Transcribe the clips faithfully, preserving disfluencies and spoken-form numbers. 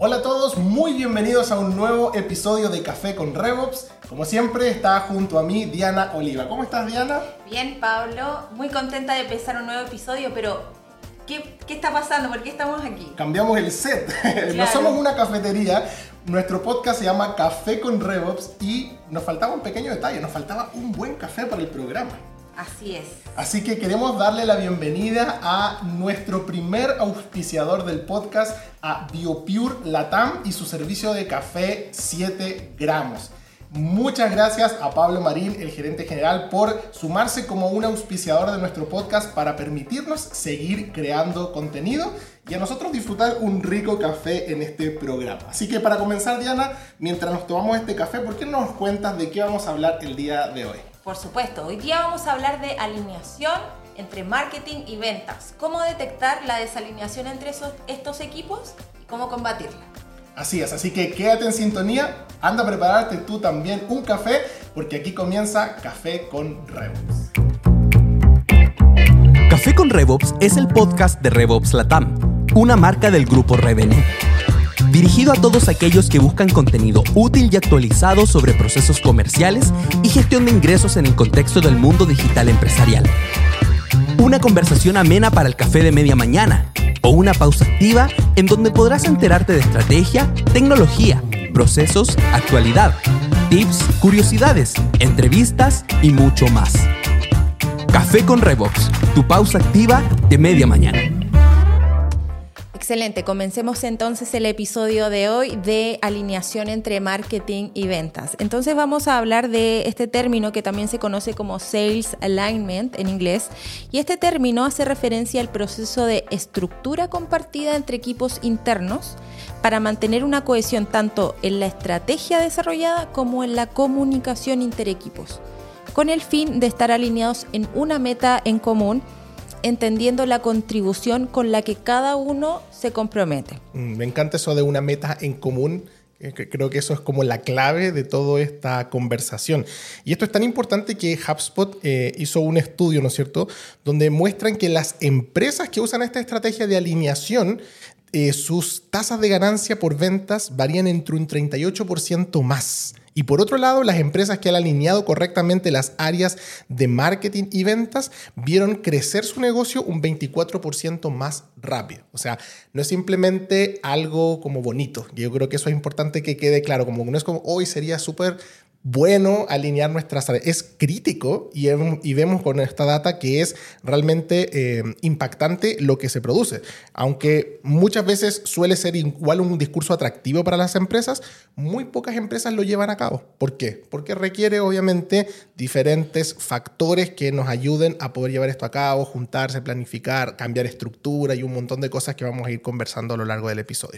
Hola a todos, muy bienvenidos a un nuevo episodio de Café con RevOps. Como siempre está junto a mí Diana Oliva. ¿Cómo estás, Diana? Bien, Pablo. Muy contenta de empezar un nuevo episodio, pero ¿qué, qué está pasando? ¿Por qué estamos aquí? Cambiamos el set. Claro. No somos una cafetería. Nuestro podcast se llama Café con RevOps y nos faltaba un pequeño detalle. Nos faltaba un buen café para el programa. Así es. Así que queremos darle la bienvenida a nuestro primer auspiciador del podcast, a BioPure Latam y su servicio de café siete gramos. Muchas gracias a Pablo Marín, el gerente general, por sumarse como un auspiciador de nuestro podcast para permitirnos seguir creando contenido y a nosotros disfrutar un rico café en este programa. Así que para comenzar, Diana, mientras nos tomamos este café, ¿por qué no nos cuentas de qué vamos a hablar el día de hoy? Por supuesto, hoy día vamos a hablar de alineación entre marketing y ventas. Cómo detectar la desalineación entre esos, estos equipos y cómo combatirla. Así es, así que quédate en sintonía, anda a prepararte tú también un café, porque aquí comienza Café con RevOps. Café con RevOps es el podcast de RevOps Latam, una marca del grupo Revenue. Dirigido a todos aquellos que buscan contenido útil y actualizado sobre procesos comerciales y gestión de ingresos en el contexto del mundo digital empresarial. Una conversación amena para el café de media mañana o una pausa activa en donde podrás enterarte de estrategia, tecnología, procesos, actualidad, tips, curiosidades, entrevistas y mucho más. Café con RevOps, tu pausa activa de media mañana. Excelente, comencemos entonces el episodio de hoy de alineación entre marketing y ventas. Entonces vamos a hablar de este término que también se conoce como Sales Alignment en inglés, y este término hace referencia al proceso de estructura compartida entre equipos internos para mantener una cohesión tanto en la estrategia desarrollada como en la comunicación interequipos, con el fin de estar alineados en una meta en común, entendiendo la contribución con la que cada uno se compromete. Me encanta eso de una meta en común. Creo que eso es como la clave de toda esta conversación. Y esto es tan importante que HubSpot eh, hizo un estudio, ¿no es cierto?, donde muestran que las empresas que usan esta estrategia de alineación, eh, sus tasas de ganancia por ventas varían entre un treinta y ocho por ciento más. Y por otro lado, las empresas que han alineado correctamente las áreas de marketing y ventas vieron crecer su negocio un veinticuatro por ciento más rápido. O sea, no es simplemente algo como bonito. Yo creo que eso es importante que quede claro. Como no es como hoy sería súper bueno alinear nuestras áreas. Es crítico y, y vemos con esta data que es realmente eh, impactante lo que se produce. Aunque muchas veces suele ser igual un discurso atractivo para las empresas, muy pocas empresas lo llevan a cabo. ¿Por qué? Porque requiere obviamente diferentes factores que nos ayuden a poder llevar esto a cabo, juntarse, planificar, cambiar estructura y un montón de cosas que vamos a ir conversando a lo largo del episodio.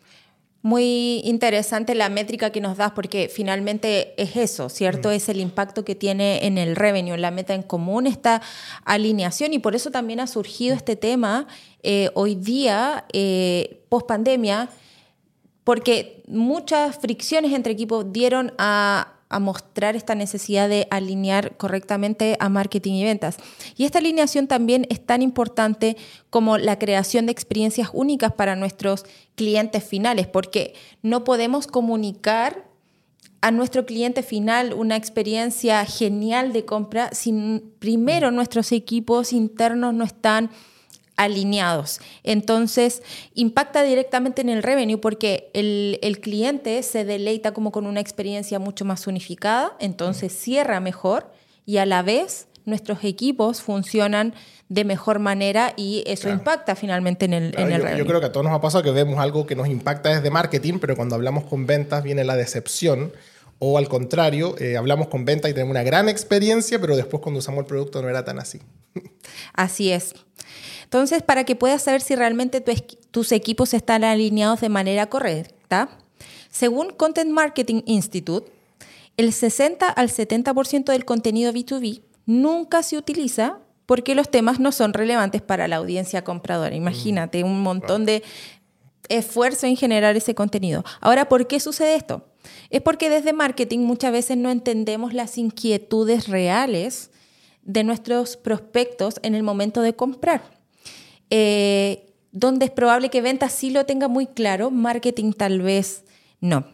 Muy interesante la métrica que nos das, porque finalmente es eso, ¿cierto? Mm. Es el impacto que tiene en el revenue, en la meta en común, esta alineación, y por eso también ha surgido este tema eh, hoy día, eh, post pandemia, porque muchas fricciones entre equipos dieron a, a mostrar esta necesidad de alinear correctamente a marketing y ventas. Y esta alineación también es tan importante como la creación de experiencias únicas para nuestros clientes finales, porque no podemos comunicar a nuestro cliente final una experiencia genial de compra si primero nuestros equipos internos no están alineados. Entonces, impacta directamente en el revenue porque el, el cliente se deleita como con una experiencia mucho más unificada, entonces cierra mejor y a la vez nuestros equipos funcionan de mejor manera y eso claro. impacta finalmente en el, claro, en el yo, revenue. Yo creo que a todos nos ha pasado que vemos algo que nos impacta desde marketing, pero cuando hablamos con ventas viene la decepción. O al contrario, eh, hablamos con ventas y tenemos una gran experiencia, pero después cuando usamos el producto no era tan así. Así es. Entonces, para que puedas saber si realmente tu, tus equipos están alineados de manera correcta, según Content Marketing Institute, el sesenta al setenta por ciento del contenido B dos B nunca se utiliza porque los temas no son relevantes para la audiencia compradora. Imagínate, un montón de esfuerzo en generar ese contenido. Ahora, ¿por qué sucede esto? Es porque desde marketing muchas veces no entendemos las inquietudes reales de nuestros prospectos en el momento de comprar. Eh, donde es probable que ventas sí lo tenga muy claro, marketing tal vez no.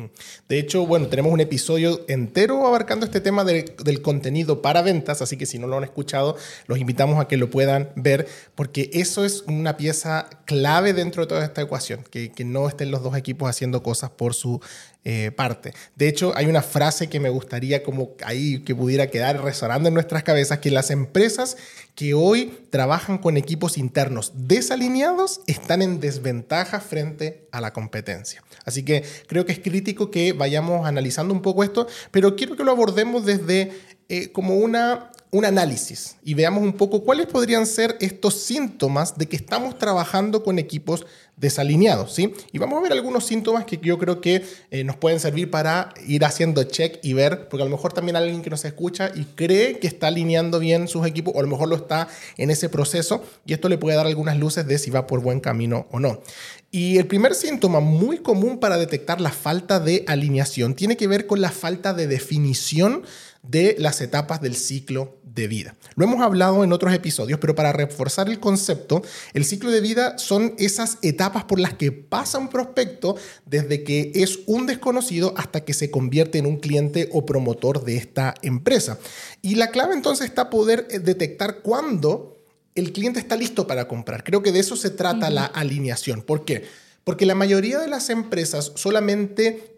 De hecho, bueno, tenemos un episodio entero abarcando este tema de, del contenido para ventas, así que si no lo han escuchado, los invitamos a que lo puedan ver, porque eso es una pieza clave dentro de toda esta ecuación, que, que no estén los dos equipos haciendo cosas por su eh, parte. De hecho, hay una frase que me gustaría como ahí que pudiera quedar resonando en nuestras cabezas, que las empresas que hoy trabajan con equipos internos desalineados están en desventaja frente a la competencia. Así que creo que es crítico que vayamos analizando un poco esto, pero quiero que lo abordemos desde eh, como una, un análisis y veamos un poco cuáles podrían ser estos síntomas de que estamos trabajando con equipos desalineados, ¿sí? Y vamos a ver algunos síntomas que yo creo que eh, nos pueden servir para ir haciendo check y ver, porque a lo mejor también hay alguien que nos escucha y cree que está alineando bien sus equipos, o a lo mejor lo está en ese proceso, y esto le puede dar algunas luces de si va por buen camino o no. Y el primer síntoma muy común para detectar la falta de alineación tiene que ver con la falta de definición de las etapas del ciclo de vida. Lo hemos hablado en otros episodios, pero para reforzar el concepto, el ciclo de vida son esas etapas por las que pasa un prospecto desde que es un desconocido hasta que se convierte en un cliente o promotor de esta empresa. Y la clave entonces está poder detectar cuándo el cliente está listo para comprar. Creo que de eso se trata uh-huh. la alineación. ¿Por qué? Porque la mayoría de las empresas solamente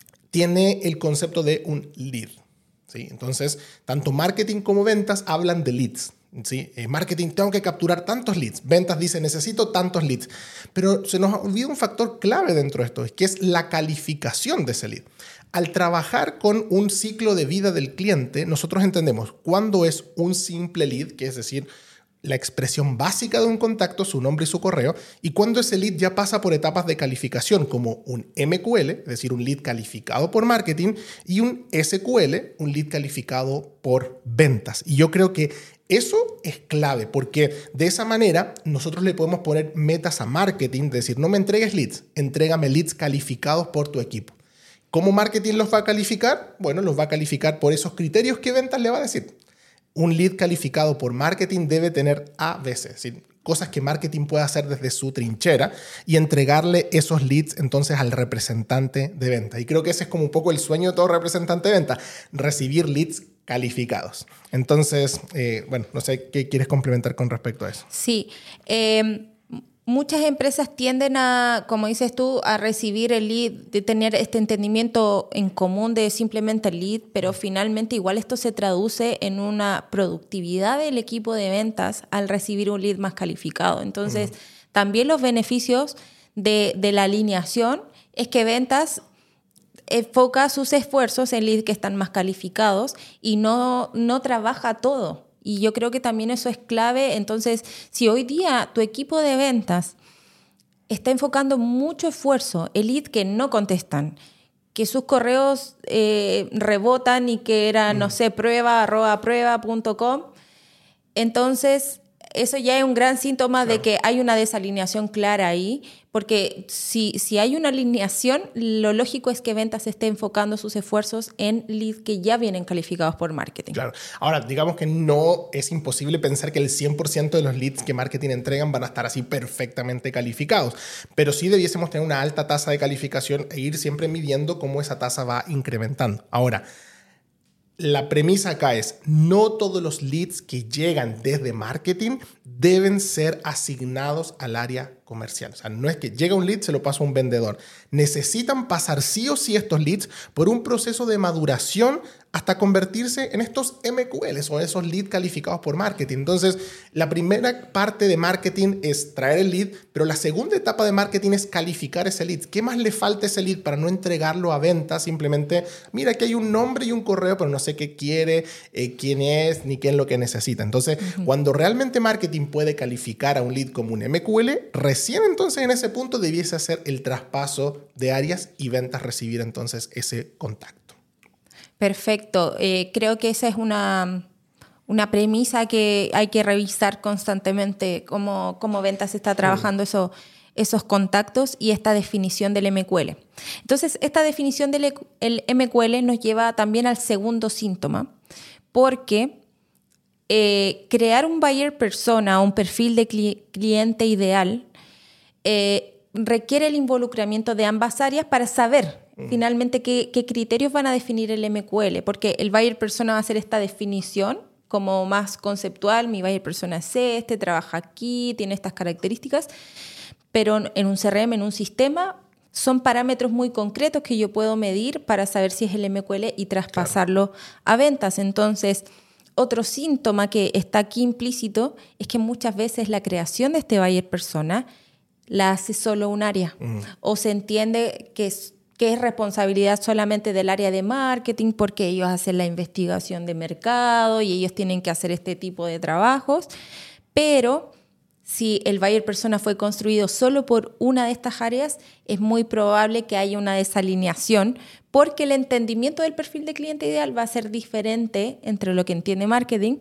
tiene el concepto de un lead. ¿Sí? Entonces, tanto marketing como ventas hablan de leads. ¿Sí? Eh, marketing, tengo que capturar tantos leads. Ventas dice, necesito tantos leads. Pero se nos olvida un factor clave dentro de esto, que es la calificación de ese lead. Al trabajar con un ciclo de vida del cliente, nosotros entendemos cuándo es un simple lead, que es decir, la expresión básica de un contacto, su nombre y su correo, y cuando ese lead ya pasa por etapas de calificación como un M Q L, es decir, un lead calificado por marketing, y un S Q L, un lead calificado por ventas. Y yo creo que eso es clave, porque de esa manera nosotros le podemos poner metas a marketing, es decir, no me entregues leads, entrégame leads calificados por tu equipo. ¿Cómo marketing los va a calificar? Bueno, los va a calificar por esos criterios que ventas le va a decir. Un lead calificado por marketing debe tener A B C, es decir, cosas que marketing puede hacer desde su trinchera y entregarle esos leads entonces al representante de venta. Y creo que ese es como un poco el sueño de todo representante de venta, recibir leads calificados. Entonces, eh, bueno, no sé qué quieres complementar con respecto a eso. Sí, eh... muchas empresas tienden a, como dices tú, a recibir el lead, de tener este entendimiento en común de simplemente el lead, pero finalmente igual esto se traduce en una productividad del equipo de ventas al recibir un lead más calificado. Entonces, uh-huh. también los beneficios de, de la alineación es que ventas enfoca sus esfuerzos en leads que están más calificados y no, no trabaja todo. Y yo creo que también eso es clave. Entonces, si hoy día tu equipo de ventas está enfocando mucho esfuerzo en leads que no contestan, que sus correos eh, rebotan y que era, mm. no sé, prueba, arroba prueba punto com, entonces eso ya es un gran síntoma claro. de que hay una desalineación clara ahí, porque si, si hay una alineación, lo lógico es que ventas esté enfocando sus esfuerzos en leads que ya vienen calificados por marketing. Claro. Ahora, digamos que no es imposible pensar que el cien por ciento de los leads que marketing entregan van a estar así perfectamente calificados, pero sí debiésemos tener una alta tasa de calificación e ir siempre midiendo cómo esa tasa va incrementando. Ahora, la premisa acá es, no todos los leads que llegan desde marketing deben ser asignados al área comercial. O sea, no es que llega un lead, se lo pasa a un vendedor. Necesitan pasar sí o sí estos leads por un proceso de maduración hasta convertirse en estos M Q Ls o esos leads calificados por marketing. Entonces, la primera parte de marketing es traer el lead, pero la segunda etapa de marketing es calificar ese lead. ¿Qué más le falta a ese lead para no entregarlo a venta? Simplemente, mira, aquí hay un nombre y un correo, pero no sé qué quiere, eh, quién es, ni qué es lo que necesita. Entonces, uh-huh. cuando realmente marketing puede calificar a un lead como un M Q L, recién entonces en ese punto debiese hacer el traspaso de áreas y ventas recibir entonces ese contacto. Perfecto. Eh, creo que esa es una, una premisa que hay que revisar constantemente, cómo, cómo ventas está trabajando sí. eso, esos contactos y esta definición del M Q L. Entonces, esta definición del el M Q L nos lleva también al segundo síntoma, porque eh, crear un buyer persona, un perfil de cli- cliente ideal, eh, requiere el involucramiento de ambas áreas para saber mm. finalmente qué, qué criterios van a definir el M Q L, porque el buyer persona va a hacer esta definición como más conceptual. Mi buyer persona es este, trabaja aquí, tiene estas características, pero en un C R M, en un sistema, son parámetros muy concretos que yo puedo medir para saber si es el M Q L y traspasarlo claro. a ventas. Entonces, otro síntoma que está aquí implícito es que muchas veces la creación de este buyer persona la hace solo un área, mm. o se entiende que es, que es responsabilidad solamente del área de marketing porque ellos hacen la investigación de mercado y ellos tienen que hacer este tipo de trabajos, pero si el buyer persona fue construido solo por una de estas áreas, es muy probable que haya una desalineación porque el entendimiento del perfil de cliente ideal va a ser diferente entre lo que entiende marketing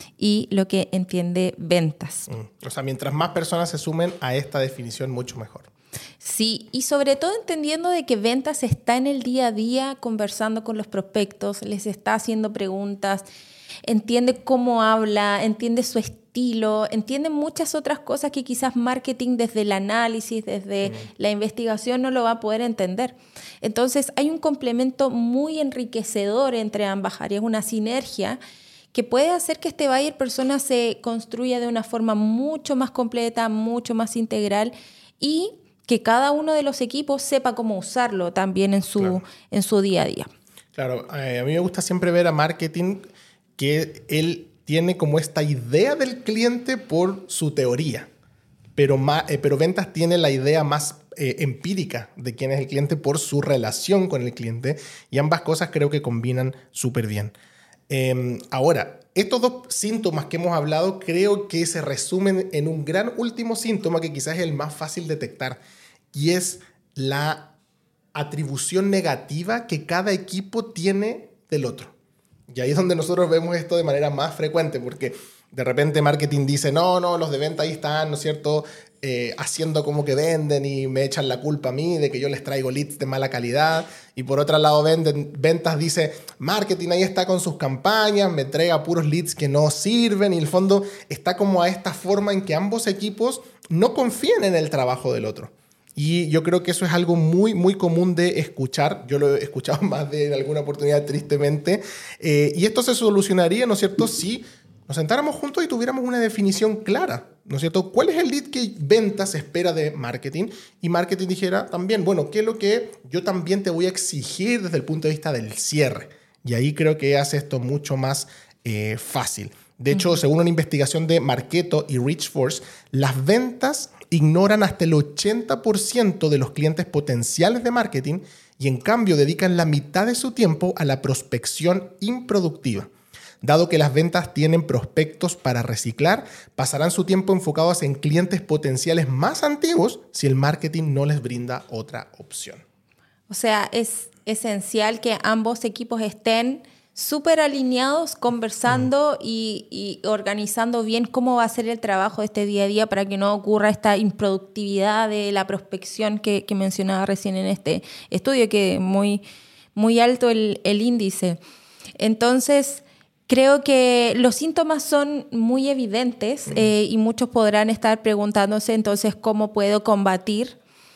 y lo que entiende ventas. Mm. O sea, mientras más personas se sumen a esta definición, mucho mejor. Sí, y sobre todo entendiendo de que ventas está en el día a día conversando con los prospectos, les está haciendo preguntas, entiende cómo habla, entiende su estilo, entiende muchas otras cosas que quizás marketing desde el análisis, desde mm. la investigación no lo va a poder entender. Entonces hay un complemento muy enriquecedor entre ambas áreas, una sinergia que puede hacer que este buyer persona se construya de una forma mucho más completa, mucho más integral y que cada uno de los equipos sepa cómo usarlo también en su, claro. en su día a día. Claro, eh, a mí me gusta siempre ver a marketing que él tiene como esta idea del cliente por su teoría, pero, más, eh, pero ventas tiene la idea más eh, empírica de quién es el cliente por su relación con el cliente, y ambas cosas creo que combinan súper bien. Eh, ahora, estos dos síntomas que hemos hablado creo que se resumen en un gran último síntoma que quizás es el más fácil de detectar, y es la atribución negativa que cada equipo tiene del otro. Y ahí es donde nosotros vemos esto de manera más frecuente, porque de repente marketing dice, no, no, los de venta ahí están, ¿no es cierto?, eh, haciendo como que venden y me echan la culpa a mí de que yo les traigo leads de mala calidad. Y por otro lado, venden, ventas dice, marketing ahí está con sus campañas, me entrega puros leads que no sirven. Y en el fondo está como a esta forma en que ambos equipos no confían en el trabajo del otro. Y yo creo que eso es algo muy, muy común de escuchar. Yo lo he escuchado más de alguna oportunidad, tristemente. Eh, y esto se solucionaría, ¿no es cierto?, si nos sentáramos juntos y tuviéramos una definición clara, ¿no es cierto? ¿Cuál es el lead que ventas espera de marketing? Y marketing dijera también, bueno, ¿qué es lo que yo también te voy a exigir desde el punto de vista del cierre? Y ahí creo que hace esto mucho más eh, fácil. De hecho, uh-huh. según una investigación de Marketo y Reachforce, las ventas ignoran hasta el ochenta por ciento de los clientes potenciales de marketing y en cambio dedican la mitad de su tiempo a la prospección improductiva. Dado que las ventas tienen prospectos para reciclar, pasarán su tiempo enfocados en clientes potenciales más antiguos si el marketing no les brinda otra opción. O sea, es esencial que ambos equipos estén súper alineados, conversando mm. y, y organizando bien cómo va a ser el trabajo de este día a día para que no ocurra esta improductividad de la prospección que, que mencionaba recién en este estudio, que es muy, muy alto el, el índice. Entonces, creo que los síntomas son muy evidentes mm. eh, y muchos podrán estar preguntándose entonces cómo puedo combatir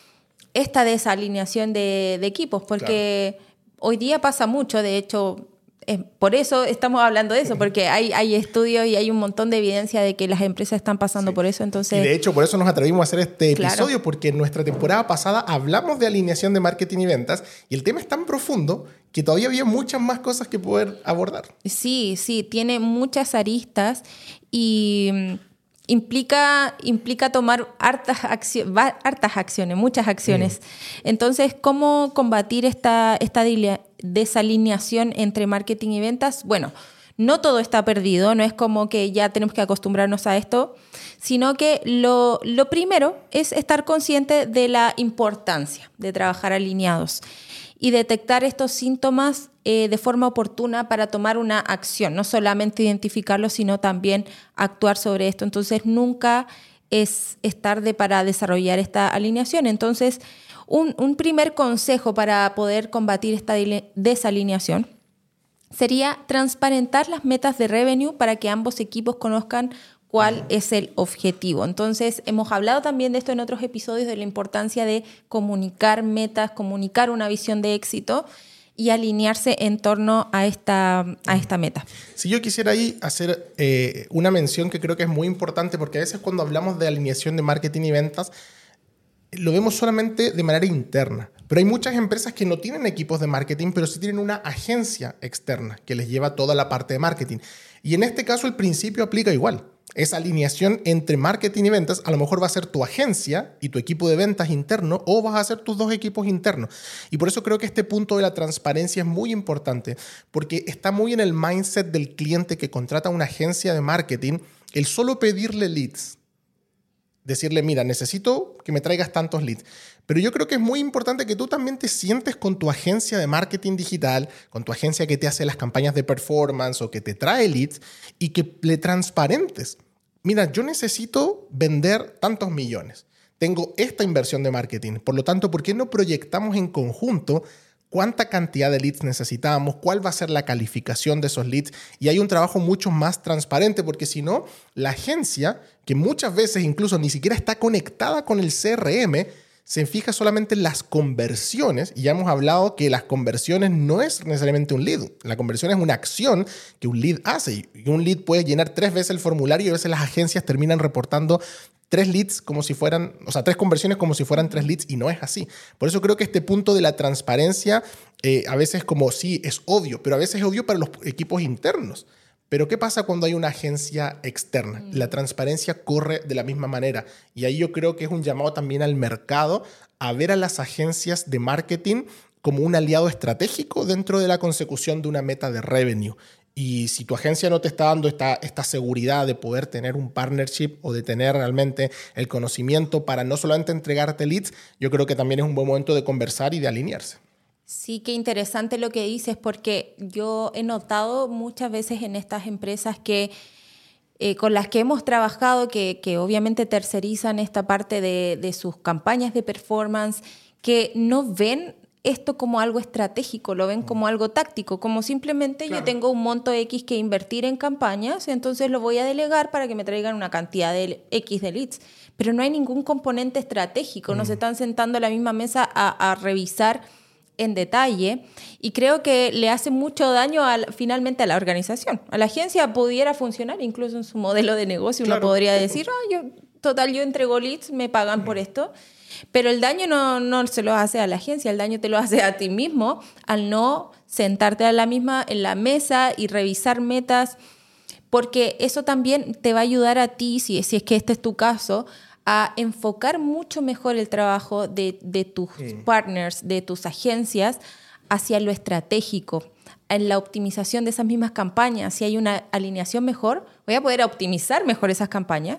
esta desalineación de, de equipos, porque claro. hoy día pasa mucho, de hecho. Eh, por eso estamos hablando de eso, porque hay, hay estudios y hay un montón de evidencia de que las empresas están pasando sí. por eso. Entonces, y de hecho, por eso nos atrevimos a hacer este claro. episodio, porque en nuestra temporada pasada hablamos de alineación de marketing y ventas, y el tema es tan profundo que todavía había muchas más cosas que poder abordar. Sí, sí, tiene muchas aristas y implica, implica tomar hartas, accio- hartas acciones, muchas acciones. Mm. Entonces, ¿cómo combatir esta, esta desalineación entre marketing y ventas? Bueno, no todo está perdido, no es como que ya tenemos que acostumbrarnos a esto, sino que lo, lo primero es estar consciente de la importancia de trabajar alineados y detectar estos síntomas eh, de forma oportuna para tomar una acción, no solamente identificarlos, sino también actuar sobre esto. Entonces, nunca es, es tarde para desarrollar esta alineación. Entonces, un, un primer consejo para poder combatir esta desalineación sería transparentar las metas de revenue para que ambos equipos conozcan cuál es el objetivo. Entonces, hemos hablado también de esto en otros episodios, de la importancia de comunicar metas, comunicar una visión de éxito y alinearse en torno a esta, a esta meta. Si yo quisiera ahí hacer eh, una mención que creo que es muy importante, porque a veces cuando hablamos de alineación de marketing y ventas, lo vemos solamente de manera interna. Pero hay muchas empresas que no tienen equipos de marketing, pero sí tienen una agencia externa que les lleva toda la parte de marketing. Y en este caso el principio aplica igual. Esa alineación entre marketing y ventas a lo mejor va a ser tu agencia y tu equipo de ventas interno, o vas a hacer tus dos equipos internos. Y por eso creo que este punto de la transparencia es muy importante, porque está muy en el mindset del cliente que contrata una agencia de marketing el solo pedirle leads. Decirle, mira, necesito que me traigas tantos leads. Pero yo creo que es muy importante que tú también te sientes con tu agencia de marketing digital, con tu agencia que te hace las campañas de performance o que te trae leads, y que le transparentes. Mira, yo necesito vender tantos millones. Tengo esta inversión de marketing. Por lo tanto, ¿por qué no proyectamos en conjunto cuánta cantidad de leads necesitamos, cuál va a ser la calificación de esos leads? Y hay un trabajo mucho más transparente, porque si no, la agencia, que muchas veces incluso ni siquiera está conectada con el C R M, se fija solamente en las conversiones, y ya hemos hablado que las conversiones no es necesariamente un lead. La conversión es una acción que un lead hace, y un lead puede llenar tres veces el formulario, y a veces las agencias terminan reportando tres leads como si fueran, o sea, tres conversiones como si fueran tres leads, y no es así. Por eso creo que este punto de la transparencia eh, a veces como sí es obvio, pero a veces es obvio para los equipos internos. Pero ¿qué pasa cuando hay una agencia externa? Mm. La transparencia corre de la misma manera. Y ahí yo creo que es un llamado también al mercado a ver a las agencias de marketing como un aliado estratégico dentro de la consecución de una meta de revenue. Y si tu agencia no te está dando esta, esta seguridad de poder tener un partnership o de tener realmente el conocimiento para no solamente entregarte leads, yo creo que también es un buen momento de conversar y de alinearse. Sí, qué interesante lo que dices, porque yo he notado muchas veces en estas empresas que eh, con las que hemos trabajado, que, que obviamente tercerizan esta parte de, de sus campañas de performance, que no ven esto como algo estratégico, lo ven como algo táctico, como simplemente claro, yo tengo un monto X que invertir en campañas, entonces lo voy a delegar para que me traigan una cantidad de X de leads. Pero no hay ningún componente estratégico, mm. no se están sentando a la misma mesa a, a revisar en detalle, y creo que le hace mucho daño al, finalmente a la organización. A la agencia pudiera funcionar, incluso en su modelo de negocio, claro, uno podría decir, ah, yo, total, yo entrego leads, me pagan mm. por esto. Pero el daño no, no se lo hace a la agencia, el daño te lo hace a ti mismo al no sentarte a la misma, en la mesa y revisar metas, porque eso también te va a ayudar a ti, si, si es que este es tu caso, a enfocar mucho mejor el trabajo de, de tus sí. partners, de tus agencias, hacia lo estratégico, en la optimización de esas mismas campañas. Si hay una alineación mejor, voy a poder optimizar mejor esas campañas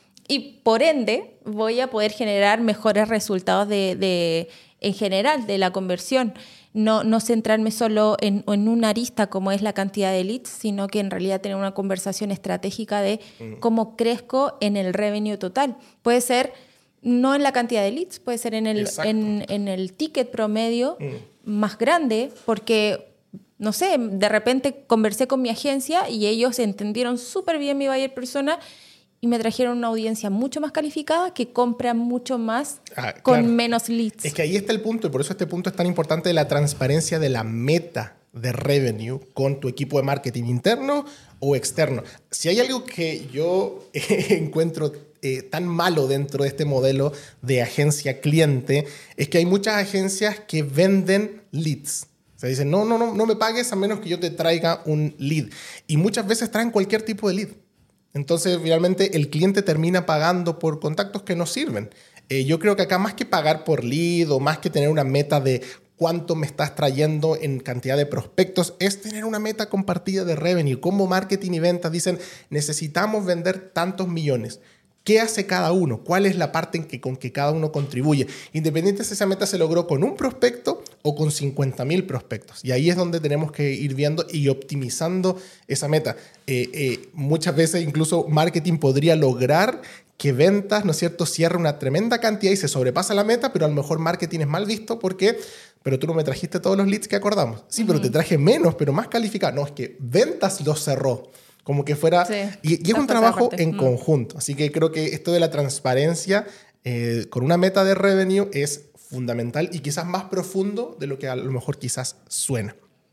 y, por ende, voy a poder generar mejores resultados de, de, en general de la conversión. No, no centrarme solo en, en una arista como es la cantidad de leads, sino que en realidad tener una conversación estratégica de cómo crezco en el revenue total. Puede ser no en la cantidad de leads, puede ser en el, en, en el ticket promedio mm. más grande, porque, no sé, de repente conversé con mi agencia y ellos entendieron súper bien mi buyer persona y me trajeron una audiencia mucho más calificada que compra mucho más ah, con claro. menos leads. Es que ahí está el punto, y por eso este punto es tan importante de la transparencia de la meta de revenue con tu equipo de marketing interno o externo. Si hay algo que yo eh, encuentro eh, tan malo dentro de este modelo de agencia cliente, es que hay muchas agencias que venden leads. O sea, dicen, no, no, no, no me pagues a menos que yo te traiga un lead. Y muchas veces traen cualquier tipo de lead. Entonces, realmente el cliente termina pagando por contactos que no sirven. Eh, yo creo que acá, más que pagar por lead o más que tener una meta de cuánto me estás trayendo en cantidad de prospectos, es tener una meta compartida de revenue. Como marketing y ventas dicen, necesitamos vender tantos millones. ¿Qué hace cada uno? ¿Cuál es la parte en que, con que cada uno contribuye? Independiente si esa meta se logró con un prospecto o con cincuenta mil prospectos. Y ahí es donde tenemos que ir viendo y optimizando esa meta. Eh, eh, muchas veces incluso marketing podría lograr que ventas, ¿no es cierto?, cierre una tremenda cantidad y se sobrepasa la meta, pero a lo mejor marketing es mal visto porque, pero tú no me trajiste todos los leads que acordamos. Sí, uh-huh. pero te traje menos, pero más calificado. No, es que ventas los cerró como que fuera... Sí, y, y es un trabajo en mm. conjunto. Así que creo que esto de la transparencia eh, con una meta de revenue es fundamental y quizás más profundo de lo que a lo mejor quizás suena.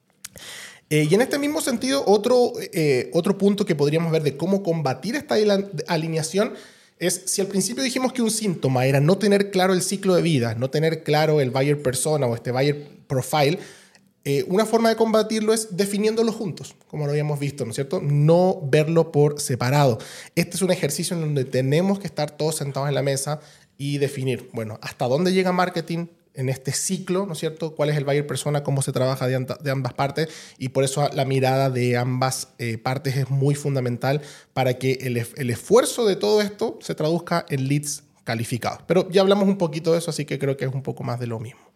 Eh, y en este mismo sentido, otro, eh, otro punto que podríamos ver de cómo combatir esta alineación es si al principio dijimos que un síntoma era no tener claro el ciclo de vida, no tener claro el buyer persona o este buyer profile, eh, una forma de combatirlo es definiéndolo juntos, como lo habíamos visto, ¿no es cierto? No verlo por separado. Este es un ejercicio en donde tenemos que estar todos sentados en la mesa y definir, bueno, hasta dónde llega marketing en este ciclo, ¿no es cierto? ¿Cuál es el buyer persona? ¿Cómo se trabaja de, de ambas partes? Y por eso la mirada de ambas eh, partes es muy fundamental para que el, el esfuerzo de todo esto se traduzca en leads calificados. Pero ya hablamos un poquito de eso, así que creo que es un poco más de lo mismo.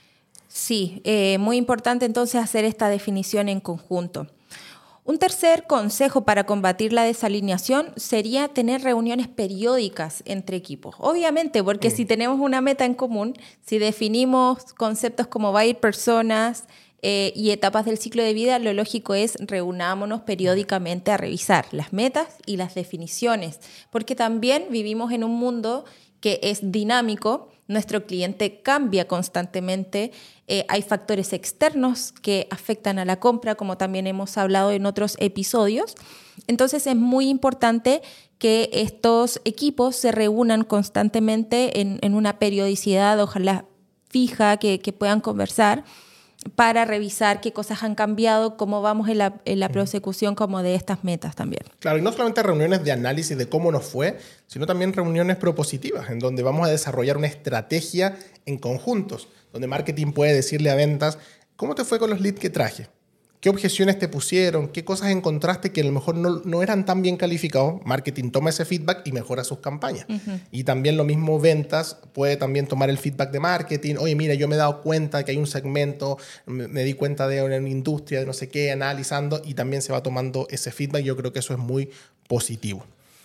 Sí, eh, muy importante entonces hacer esta definición en conjunto. Un tercer consejo para combatir la desalineación sería tener reuniones periódicas entre equipos. Obviamente, porque mm. si tenemos una meta en común, si definimos conceptos como buyer personas eh, y etapas del ciclo de vida, lo lógico es reunámonos periódicamente a revisar las metas y las definiciones, porque también vivimos en un mundo que es dinámico, nuestro cliente cambia constantemente, eh, hay factores externos que afectan a la compra, como también hemos hablado en otros episodios. Entonces es muy importante que estos equipos se reúnan constantemente en, en una periodicidad, ojalá fija, que, que puedan conversar para revisar qué cosas han cambiado, cómo vamos en la, en la prosecución como de estas metas también. Claro, y no solamente reuniones de análisis de cómo nos fue, sino también reuniones propositivas, en donde vamos a desarrollar una estrategia en conjuntos, donde marketing puede decirle a ventas, ¿cómo te fue con los leads que traje? ¿Qué objeciones te pusieron? ¿Qué cosas encontraste que a lo mejor no, no eran tan bien calificados? Marketing toma ese feedback y mejora sus campañas. Uh-huh. Y también lo mismo ventas puede también tomar el feedback de marketing. Oye, mira, yo me he dado cuenta que hay un segmento, me, me di cuenta de una industria, de no sé qué, analizando, y también se va tomando ese feedback. Yo creo que eso es muy positivo.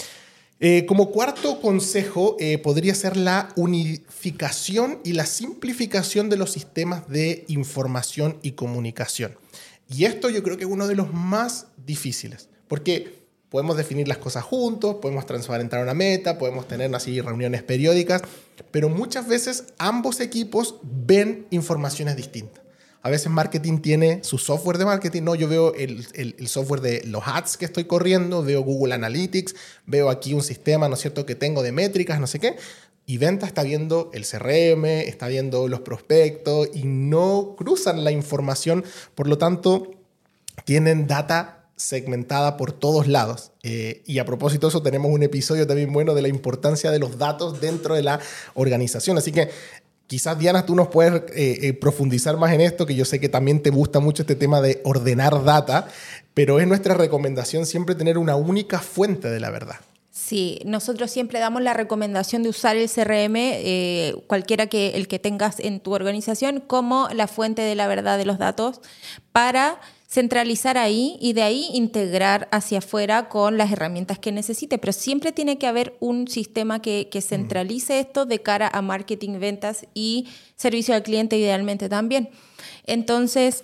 Eh, como cuarto consejo, eh, podría ser la unificación y la simplificación de los sistemas de información y comunicación. Y esto yo creo que es uno de los más difíciles, porque podemos definir las cosas juntos, podemos transparentar una meta, podemos tener así reuniones periódicas, pero muchas veces ambos equipos ven informaciones distintas. A veces marketing tiene su software de marketing, no, yo veo el, el, el software de los ads que estoy corriendo, veo Google Analytics, veo aquí un sistema, ¿no es cierto?, que tengo de métricas, no sé qué. Y venta está viendo el C R M, está viendo los prospectos y no cruzan la información. Por lo tanto, tienen data segmentada por todos lados. Eh, y a propósito de eso, tenemos un episodio también bueno de la importancia de los datos dentro de la organización. Así que quizás, Diana, tú nos puedes eh, eh, profundizar más en esto, que yo sé que también te gusta mucho este tema de ordenar data, pero es nuestra recomendación siempre tener una única fuente de la verdad. Sí, nosotros siempre damos la recomendación de usar el C R M, eh, cualquiera que el que tengas en tu organización, como la fuente de la verdad de los datos para centralizar ahí y de ahí integrar hacia afuera con las herramientas que necesite. Pero siempre tiene que haber un sistema que, que centralice esto de cara a marketing, ventas y servicio al cliente idealmente también. Entonces,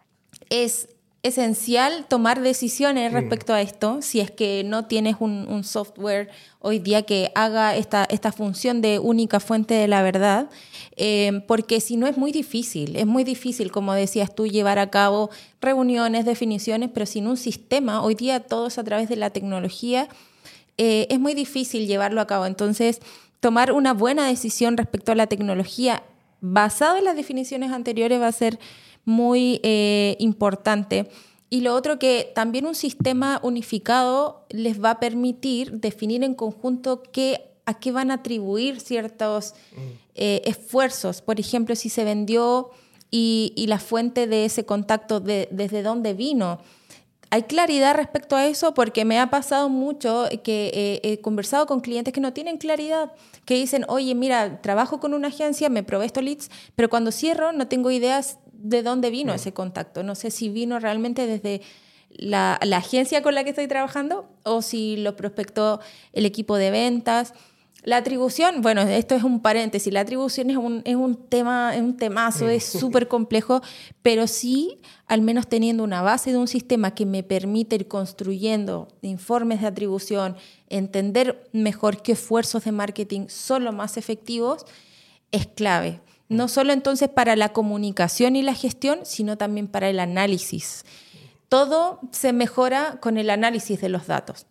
es esencial tomar decisiones respecto a esto, si es que no tienes un, un software hoy día que haga esta, esta función de única fuente de la verdad, eh, porque si no es muy difícil, es muy difícil, como decías tú, llevar a cabo reuniones, definiciones, pero sin un sistema, hoy día todo es a través de la tecnología, eh, es muy difícil llevarlo a cabo. Entonces, tomar una buena decisión respecto a la tecnología basado en las definiciones anteriores va a ser muy eh, importante. Y lo otro, que también un sistema unificado les va a permitir definir en conjunto qué, a qué van a atribuir ciertos eh, esfuerzos. Por ejemplo, si se vendió y, y la fuente de ese contacto, de, desde dónde vino. Hay claridad respecto a eso, porque me ha pasado mucho que eh, he conversado con clientes que no tienen claridad, que dicen, oye, mira, trabajo con una agencia, me provee estos leads, pero cuando cierro no tengo ideas de dónde vino ese contacto. No sé si vino realmente desde la, la agencia con la que estoy trabajando o si lo prospectó el equipo de ventas. La atribución, bueno, esto es un paréntesis, la atribución es un, es un tema, es un temazo, es súper complejo, pero sí, al menos teniendo una base de un sistema que me permite ir construyendo informes de atribución, entender mejor qué esfuerzos de marketing son los más efectivos, es clave. No solo entonces para la comunicación y la gestión, sino también para el análisis. Todo se mejora con el análisis de los datos.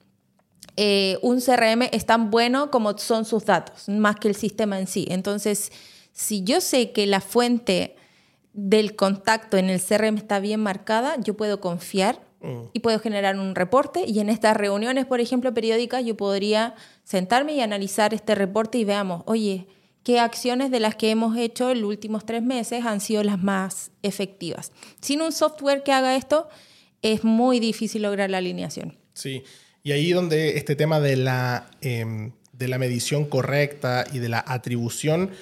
Eh, un C R M es tan bueno como son sus datos, más que el sistema en sí. Entonces, si yo sé que la fuente del contacto en el C R M está bien marcada, yo puedo confiar mm. y puedo generar un reporte. Y en estas reuniones, por ejemplo, periódicas, yo podría sentarme y analizar este reporte y veamos, oye, ¿qué acciones de las que hemos hecho en los últimos tres meses han sido las más efectivas? Sin un software que haga esto, es muy difícil lograr la alineación. Sí. Y ahí donde este tema de la, eh, de la medición correcta y de la atribución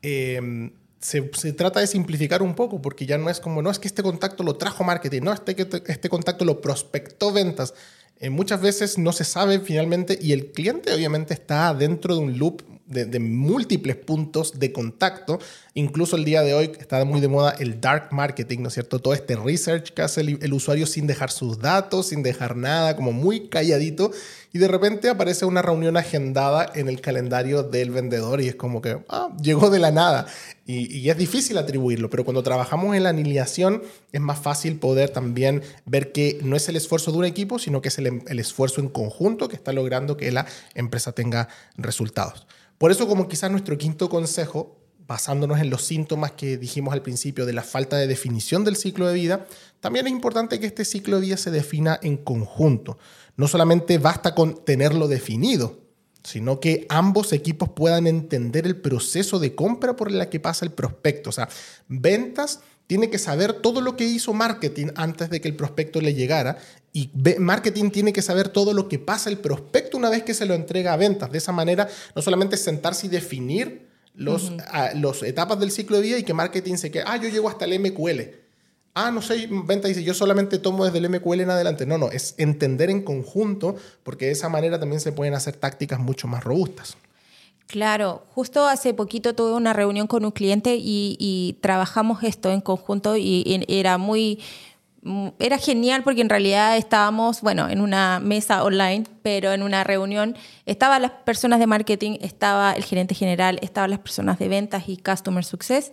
eh, se, se trata de simplificar un poco, porque ya no es como, no, es que este contacto lo trajo marketing, no, este, este contacto lo prospectó ventas. Eh, muchas veces no se sabe finalmente y el cliente obviamente está dentro de un loop de, de múltiples puntos de contacto. Incluso el día de hoy está muy de moda el dark marketing, ¿no es cierto? Todo este research que hace el, el usuario sin dejar sus datos, sin dejar nada, como muy calladito. Y de repente aparece una reunión agendada en el calendario del vendedor y es como que ah, llegó de la nada. Y, y es difícil atribuirlo, pero cuando trabajamos en la alineación es más fácil poder también ver que no es el esfuerzo de un equipo, sino que es el, el esfuerzo en conjunto que está logrando que la empresa tenga resultados. Por eso, como quizás nuestro quinto consejo, basándonos en los síntomas que dijimos al principio de la falta de definición del ciclo de vida, también es importante que este ciclo de vida se defina en conjunto. No solamente basta con tenerlo definido, sino que ambos equipos puedan entender el proceso de compra por el que pasa el prospecto. O sea, ventas tiene que saber todo lo que hizo marketing antes de que el prospecto le llegara y marketing tiene que saber todo lo que pasa el prospecto una vez que se lo entrega a ventas. De esa manera, no solamente sentarse y definir los, uh-huh. a, los etapas del ciclo de vida y que marketing se quede, ah, yo llego hasta el M Q L. Ah, no sé, venta dice, yo solamente tomo desde el M Q L en adelante. No, no, es entender en conjunto porque de esa manera también se pueden hacer tácticas mucho más robustas. Claro, justo hace poquito tuve una reunión con un cliente y, y trabajamos esto en conjunto y, y era muy, era genial porque en realidad estábamos, bueno, en una mesa online, pero en una reunión estaban las personas de marketing, estaba el gerente general, estaban las personas de ventas y customer success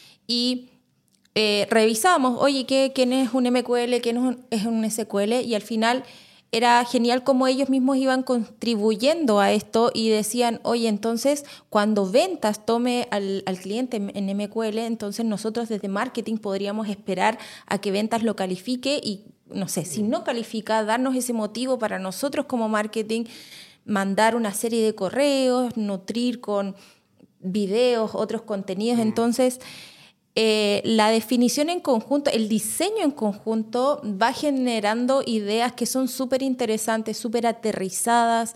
y eh, revisábamos, oye, ¿qué, ¿quién es un M Q L? ¿Quién es un, es un S Q L? Y al final era genial cómo ellos mismos iban contribuyendo a esto y decían, oye, entonces cuando ventas tome al, al cliente en M Q L, entonces nosotros desde marketing podríamos esperar a que ventas lo califique y, no sé, si no califica, darnos ese motivo para nosotros como marketing, mandar una serie de correos, nutrir con videos, otros contenidos. Entonces, Eh, la definición en conjunto, el diseño en conjunto va generando ideas que son súper interesantes, súper aterrizadas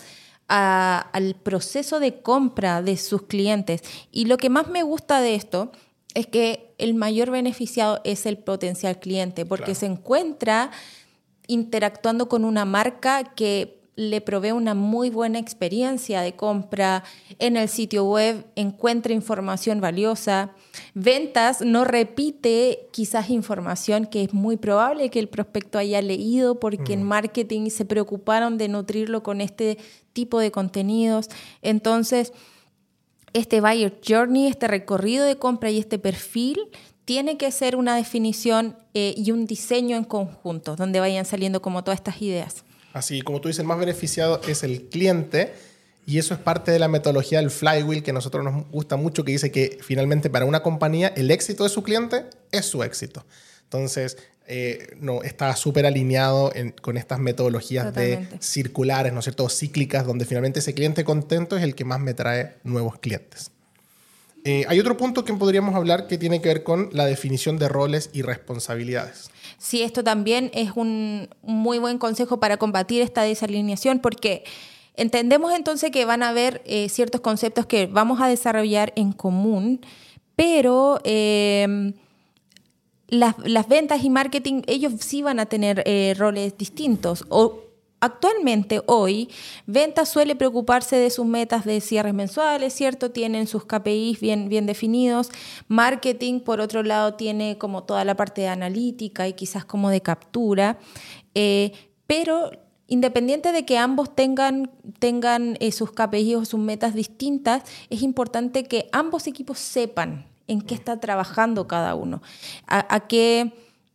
a, al proceso de compra de sus clientes. Y lo que más me gusta de esto es que el mayor beneficiado es el potencial cliente, porque claro, se encuentra interactuando con una marca que le provee una muy buena experiencia de compra en el sitio web, encuentra información valiosa. Ventas no repite quizás información que es muy probable que el prospecto haya leído porque mm. en marketing se preocuparon de nutrirlo con este tipo de contenidos. Entonces, este buyer journey, este recorrido de compra y este perfil tiene que ser una definición eh, y un diseño en conjunto, donde vayan saliendo como todas estas ideas. Así, como tú dices, el más beneficiado es el cliente y eso es parte de la metodología del flywheel que a nosotros nos gusta mucho, que dice que finalmente para una compañía el éxito de su cliente es su éxito. Entonces, eh, no, está súper alineado en, con estas metodologías Totalmente. de circulares, ¿no es cierto?, cíclicas, donde finalmente ese cliente contento es el que más me trae nuevos clientes. Eh, hay otro punto que podríamos hablar que tiene que ver con la definición de roles y responsabilidades. Sí, esto también es un muy buen consejo para combatir esta desalineación porque entendemos entonces que van a haber eh, ciertos conceptos que vamos a desarrollar en común, pero eh, las, las ventas y marketing, ellos sí van a tener eh, roles distintos o actualmente, hoy, ventas suele preocuparse de sus metas de cierres mensuales, ¿cierto? Tienen sus K P Is bien, bien definidos. Marketing, por otro lado, tiene como toda la parte de analítica y quizás como de captura. Eh, pero independiente de que ambos tengan, tengan eh, sus K P Is o sus metas distintas, es importante que ambos equipos sepan en qué está trabajando cada uno, a, a qué...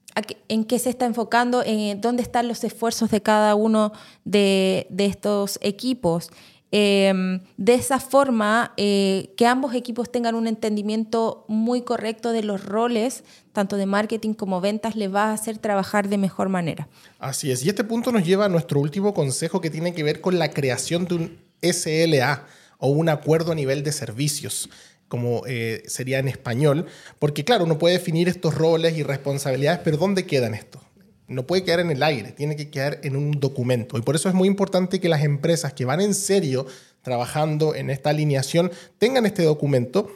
en qué se está enfocando, en dónde están los esfuerzos de cada uno de, de estos equipos. Eh, de esa forma, eh, que ambos equipos tengan un entendimiento muy correcto de los roles, tanto de marketing como ventas, les va a hacer trabajar de mejor manera. Así es. Y este punto nos lleva a nuestro último consejo, que tiene que ver con la creación de un S L A o un acuerdo a nivel de servicios, como eh, sería en español, porque claro, uno puede definir estos roles y responsabilidades, pero ¿dónde quedan estos? No puede quedar en el aire, tiene que quedar en un documento. Y por eso es muy importante que las empresas que van en serio trabajando en esta alineación tengan este documento,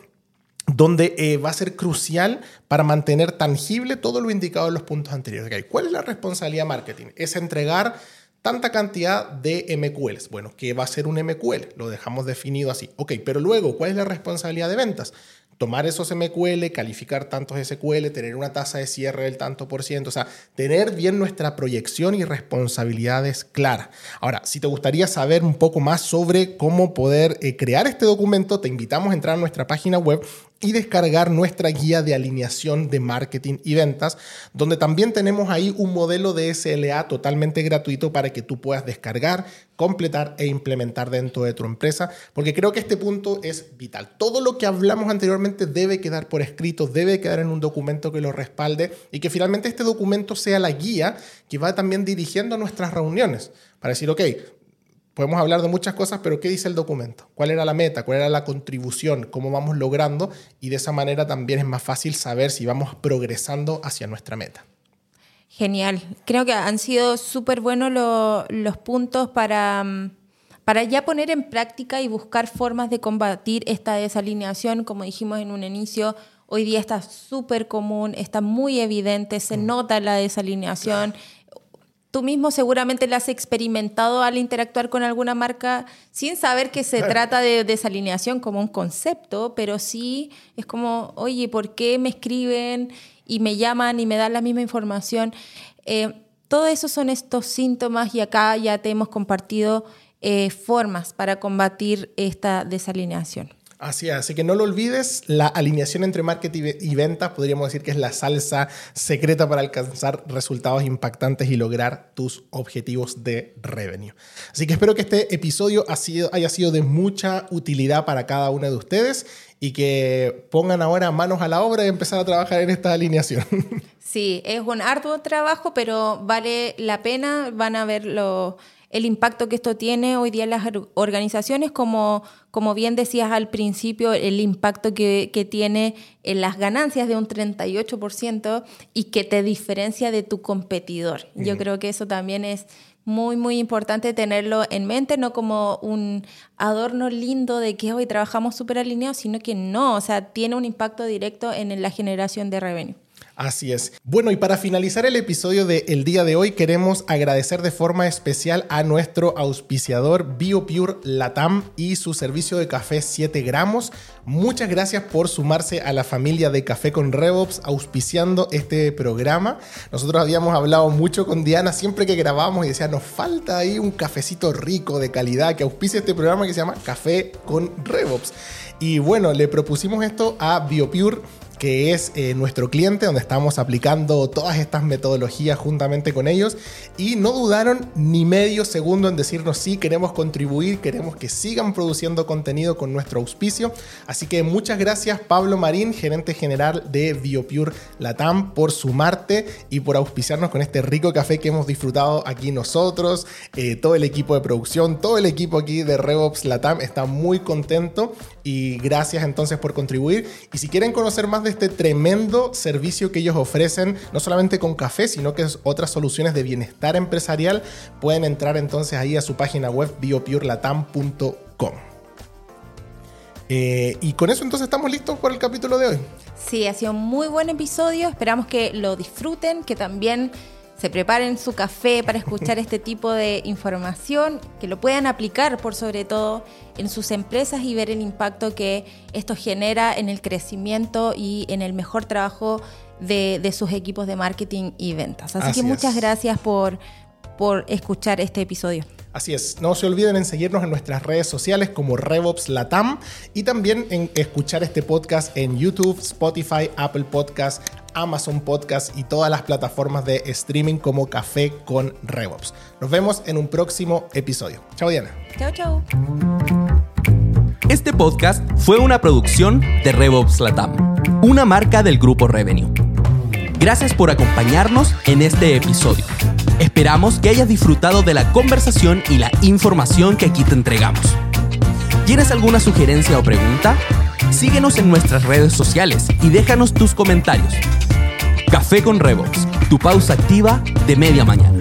donde eh, va a ser crucial para mantener tangible todo lo indicado en los puntos anteriores. Okay, ¿cuál es la responsabilidad marketing? Es entregar tanta cantidad de M Q Ls. Bueno, ¿qué va a ser un M Q L? Lo dejamos definido así. Ok, pero luego, ¿cuál es la responsabilidad de ventas? Tomar esos M Q L, calificar tantos S Q L, tener una tasa de cierre del tanto por ciento, o sea, tener bien nuestra proyección y responsabilidades claras. Ahora, si te gustaría saber un poco más sobre cómo poder eh, crear este documento, te invitamos a entrar a nuestra página web y descargar nuestra guía de alineación de marketing y ventas, donde también tenemos ahí un modelo de S L A totalmente gratuito para que tú puedas descargar, completar e implementar dentro de tu empresa, porque creo que este punto es vital. Todo lo que hablamos anteriormente debe quedar por escrito, debe quedar en un documento que lo respalde y que finalmente este documento sea la guía que va también dirigiendo nuestras reuniones para decir, ok, podemos hablar de muchas cosas, pero ¿qué dice el documento? ¿Cuál era la meta? ¿Cuál era la contribución? ¿Cómo vamos logrando? Y de esa manera también es más fácil saber si vamos progresando hacia nuestra meta. Genial. Creo que han sido súper buenos lo, los puntos para, para ya poner en práctica y buscar formas de combatir esta desalineación. Como dijimos en un inicio, hoy día está súper común, está muy evidente, se mm. nota la desalineación. Claro. Tú mismo seguramente la has experimentado al interactuar con alguna marca sin saber que se claro. trata de desalineación como un concepto, pero sí es como, oye, ¿por qué me escriben y me llaman y me dan la misma información? Eh, todo eso son estos síntomas y acá ya te hemos compartido eh, formas para combatir esta desalineación. Así es, así que no lo olvides, la alineación entre marketing y ventas podríamos decir que es la salsa secreta para alcanzar resultados impactantes y lograr tus objetivos de revenue. Así que espero que este episodio ha sido, haya sido de mucha utilidad para cada uno de ustedes y que pongan ahora manos a la obra y empezar a trabajar en esta alineación. Sí, es un arduo trabajo, pero vale la pena, van a ver lo... el impacto que esto tiene hoy día en las organizaciones, como, como bien decías al principio, el impacto que, que tiene en las ganancias de un treinta y ocho por ciento y que te diferencia de tu competidor. Uh-huh. Yo creo que eso también es muy, muy importante tenerlo en mente, no como un adorno lindo de que hoy trabajamos súper alineados, sino que no, o sea, tiene un impacto directo en la generación de revenue. Así es. Bueno, y para finalizar el episodio del día de hoy, queremos agradecer de forma especial a nuestro auspiciador BioPure Latam y su servicio de café siete gramos. Muchas gracias por sumarse a la familia de Café con RevOps auspiciando este programa. Nosotros habíamos hablado mucho con Diana siempre que grabábamos y decía, nos falta ahí un cafecito rico de calidad que auspicia este programa que se llama Café con RevOps. Y bueno, le propusimos esto a BioPure, que es eh, nuestro cliente, donde estamos aplicando todas estas metodologías juntamente con ellos, y no dudaron ni medio segundo en decirnos sí, queremos contribuir, queremos que sigan produciendo contenido con nuestro auspicio. Así que muchas gracias, Pablo Marín, gerente general de BioPure Latam, por sumarte y por auspiciarnos con este rico café que hemos disfrutado aquí nosotros, eh, todo el equipo de producción, todo el equipo aquí de RevOps Latam está muy contento y gracias entonces por contribuir. Y si quieren conocer más de este tremendo servicio que ellos ofrecen, no solamente con café, sino que otras soluciones de bienestar empresarial, pueden entrar entonces ahí a su página web biopure latam punto com. Eh, y con eso entonces estamos listos por el capítulo de hoy. Sí, ha sido un muy buen episodio, esperamos que lo disfruten, que también se preparen su café para escuchar este tipo de información, que lo puedan aplicar por sobre todo en sus empresas y ver el impacto que esto genera en el crecimiento y en el mejor trabajo de, de sus equipos de marketing y ventas. Así, Así que muchas es. gracias por, por escuchar este episodio. Así es, no se olviden en seguirnos en nuestras redes sociales como RevOps Latam y también en escuchar este podcast en YouTube, Spotify, Apple Podcast, Amazon Podcast y todas las plataformas de streaming como Café con RevOps. Nos vemos en un próximo episodio. Chao, Diana. Chao, chao. Este podcast fue una producción de RevOps Latam, una marca del Grupo Revenue. Gracias por acompañarnos en este episodio. Esperamos que hayas disfrutado de la conversación y la información que aquí te entregamos. ¿Tienes alguna sugerencia o pregunta? Síguenos en nuestras redes sociales y déjanos tus comentarios. Café con RevOps, tu pausa activa de media mañana.